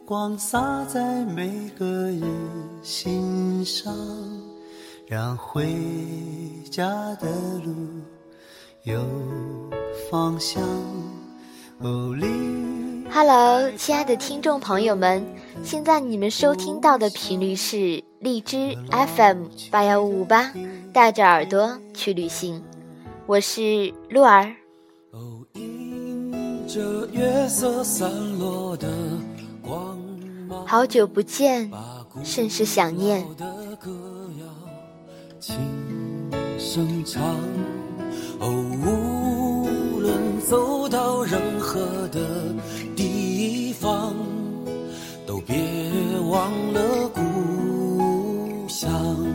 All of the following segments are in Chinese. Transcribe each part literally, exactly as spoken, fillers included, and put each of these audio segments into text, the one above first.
光洒在每个人心上，让回家的路有方向。哦，离 Hello， 亲爱的听众朋友们，现在你们收听到的频率是荔枝 F M 八一五五八，带着耳朵去旅行，我是鹿儿。 哦，迎着月色散落的光芒， 好久不见，甚是想念。 轻声唱，哦，无论走到任何的地方，都别忘了故乡。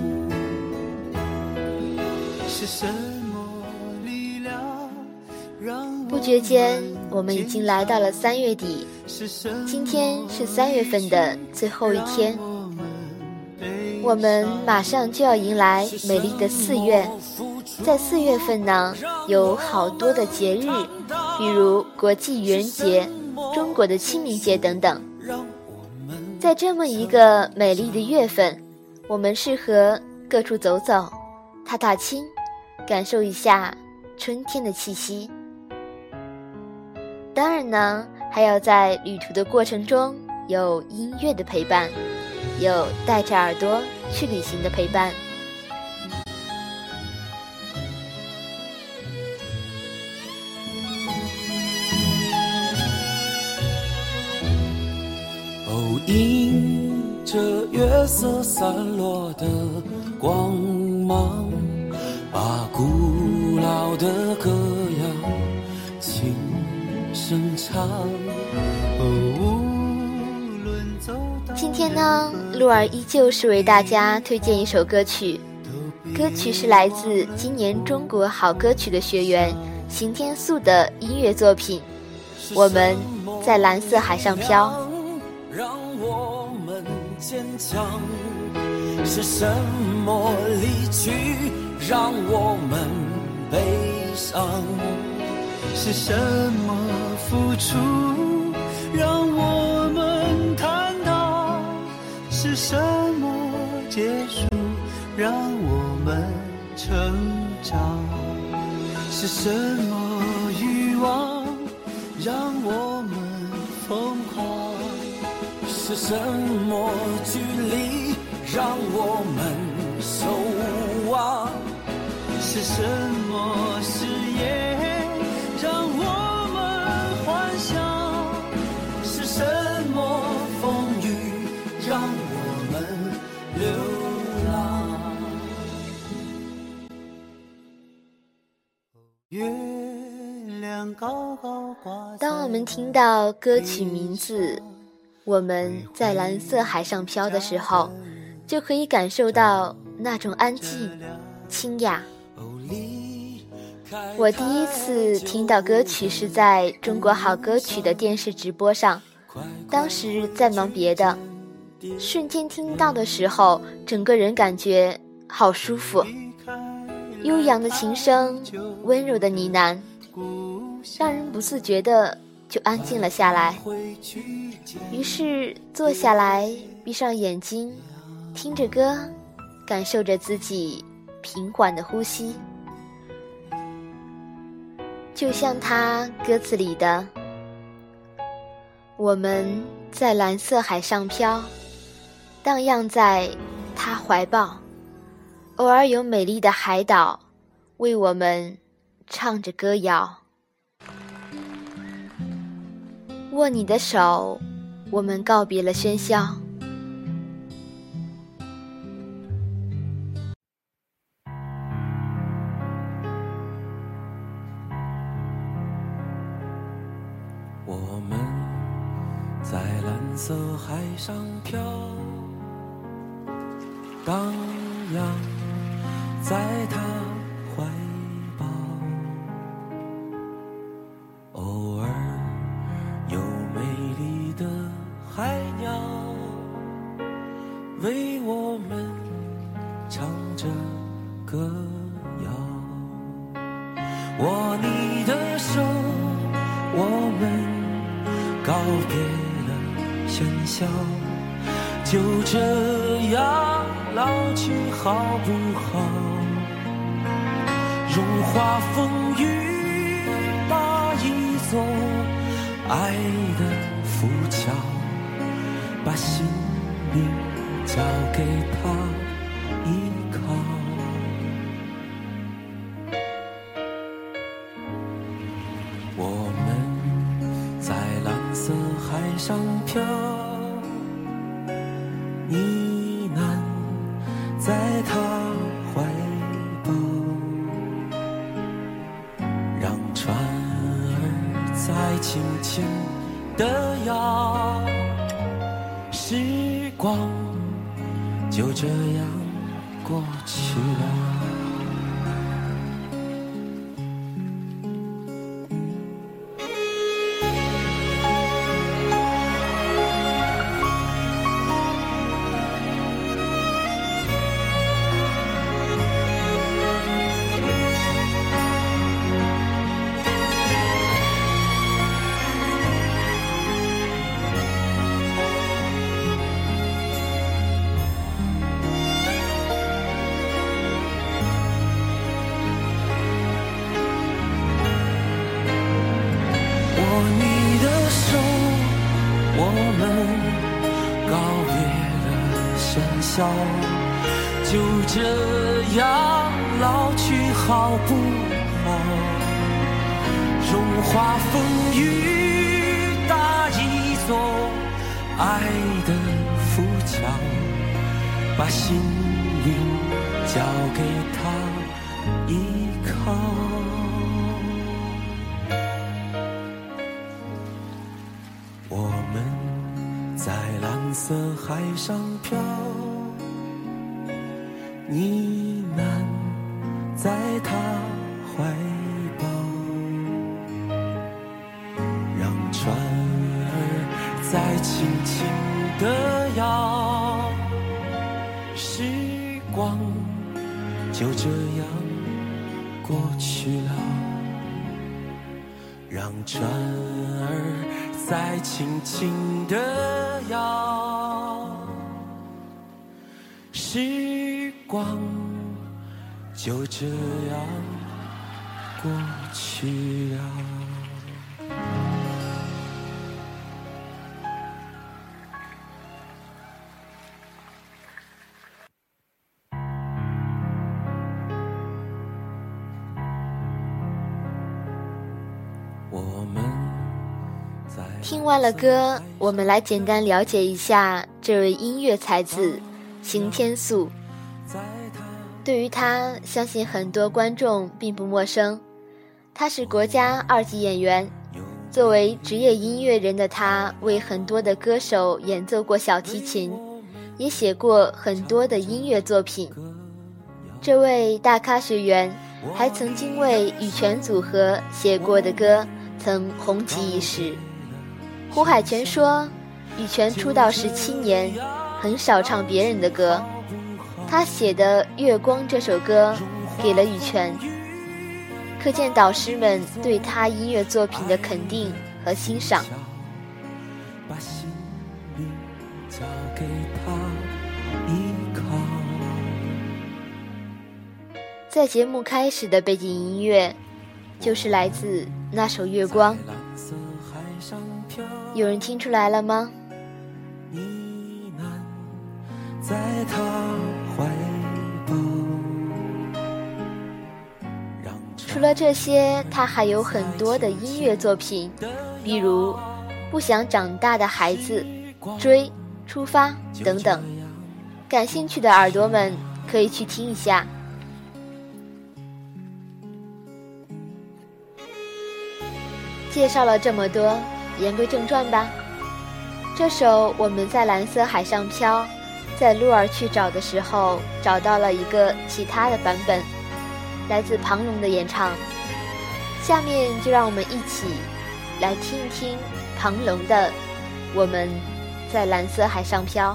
是什么力量让我不觉间，我们已经来到了三月底，今天是三月份的最后一天，我们马上就要迎来美丽的四月。在四月份呢，有好多的节日，比如国际愚人节、中国的清明节等等。在这么一个美丽的月份，我们适合各处走走，踏踏青，感受一下春天的气息。当然呢，还要在旅途的过程中有音乐的陪伴，有带着耳朵去旅行的陪伴。 哦，迎着月色散落的光芒，把古老的歌谣轻声唱。哦，无论走到今天呢，鹿儿依旧是为大家推荐一首歌曲，歌曲是来自今年中国好歌曲的学员邢天素的音乐作品《我们在蓝色海上漂》。 让我们坚强，是什么离去让我们悲伤？是什么付出让我们坦荡？是什么结束让我们成长？是什么欲望让我们疯狂？是什么距离让我们守望？是什么誓言让我们幻想？是什么风雨让我们流浪？月亮高高挂在， 当我们听到歌曲名字我们在蓝色海上漂的时候，就可以感受到那种安静清雅。我第一次听到歌曲是在中国好歌曲的电视直播上，当时在忙别的，瞬间听到的时候，整个人感觉好舒服，悠扬的琴声，温柔的呢喃，让人不自觉的就安静了下来。于是坐下来，闭上眼睛，听着歌，感受着自己平缓的呼吸。就像他歌词里的，我们在蓝色海上漂，荡漾在他怀抱，偶尔有美丽的海岛为我们唱着歌谣。握你的手，我们告别了喧嚣。 我们在蓝色海上漂，荡漾在他怀抱，偶尔有美丽的海鸟为我们唱着歌谣。握你的手，我们告别了喧喧嚣，就这样老去好不好？荣华风雨把一座爱的浮桥，把心灵交给他依靠。我们在蓝色海上漂，呢喃在他怀抱，让船儿再轻轻地摇，时光就这样过去了。就这样老去好不好？荣华风雨搭一座爱的浮桥，把心灵交给他依靠。我们在蓝色海上漂，呢喃在他怀抱，让船儿再轻轻地摇，时光就这样过去了，让船儿再轻轻地摇，时光就这样过去了。我们听完了歌，我们来简单了解一下这位音乐才子邢天素。对于他，相信很多观众并不陌生。他是国家二级演员，作为职业音乐人的他，为很多的歌手演奏过小提琴，也写过很多的音乐作品。这位大咖学员还曾经为羽泉组合写过的歌曾红极一时。胡海泉说，羽泉出道十七年，很少唱别人的歌，他写的《月光》这首歌给了羽泉，可见导师们对他音乐作品的肯定和欣赏。 把心灵交给他依靠。 在节目开始的背景音乐就是来自那首《月光》，有人听出来了吗？ 呢喃在他怀抱。 除了这些，他还有很多的音乐作品，比如《不想长大的孩子》、《追》、《出发》等等。感兴趣的耳朵们可以去听一下。介绍了这么多，言归正传吧。这首《我们在蓝色海上漂》，在鹿儿去找的时候，找到了一个其他的版本，来自庞龙的演唱。下面就让我们一起来听一听庞龙的《我们在蓝色海上漂》。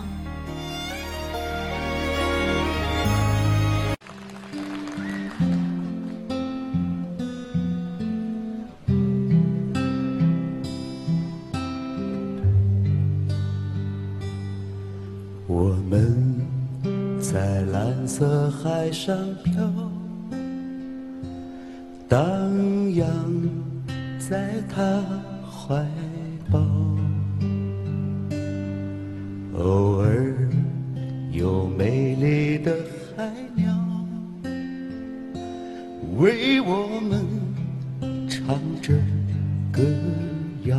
我们在蓝色海上飘，荡漾在他怀抱，偶尔有美丽的海鸟为我们唱着歌谣，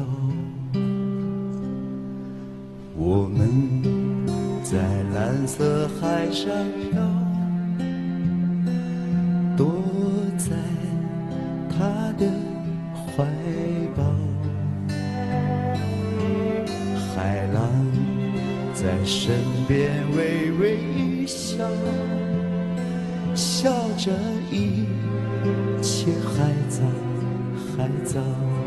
我们在蓝色海上飘，躲在他的怀抱，海浪在身边微微笑，笑着一切还早还早，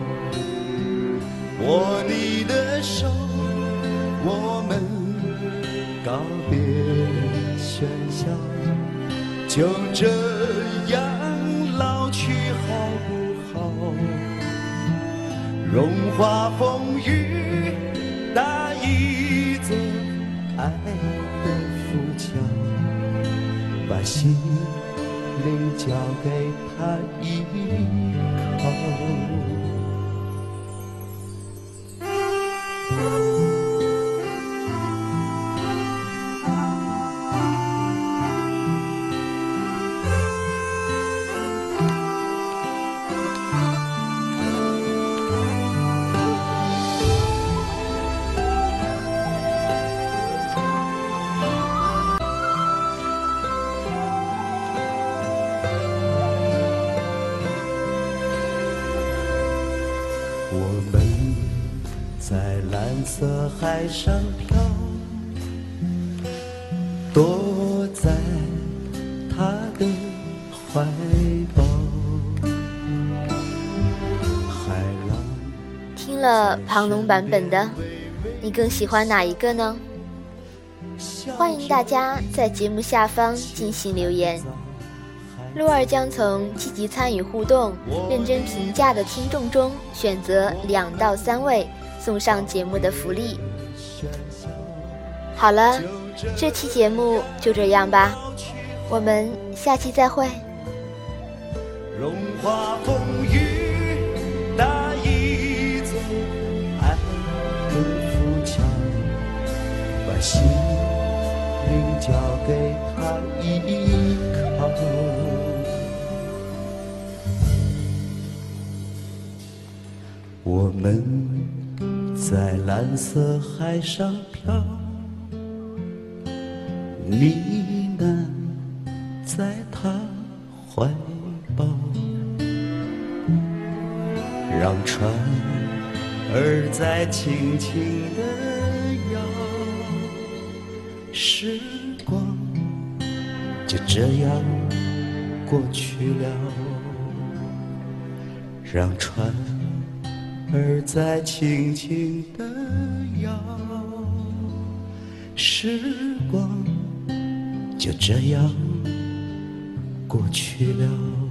握你的手，我们告别喧嚣，就这样老去好不好？融化风雨，搭一座爱的浮桥，把心灵交给他依靠。我们在蓝色海上飘，躲在他的怀抱，海浪。 听了庞龙版本的，你更喜欢哪一个呢？欢迎大家在节目下方进行留言，鹿儿将从积极参与互动、认真评价的听众中选择两到三位，送上节目的福利。好了，这期节目就这样吧，我们下期再会。 融化风雨，搭一座爱的浮桥，把心灵交给他依靠。我们在蓝色海上飘，呢喃在他怀抱，让船儿在轻轻地摇，时光就这样过去了，让船儿在轻轻地摇，时光就这样过去了。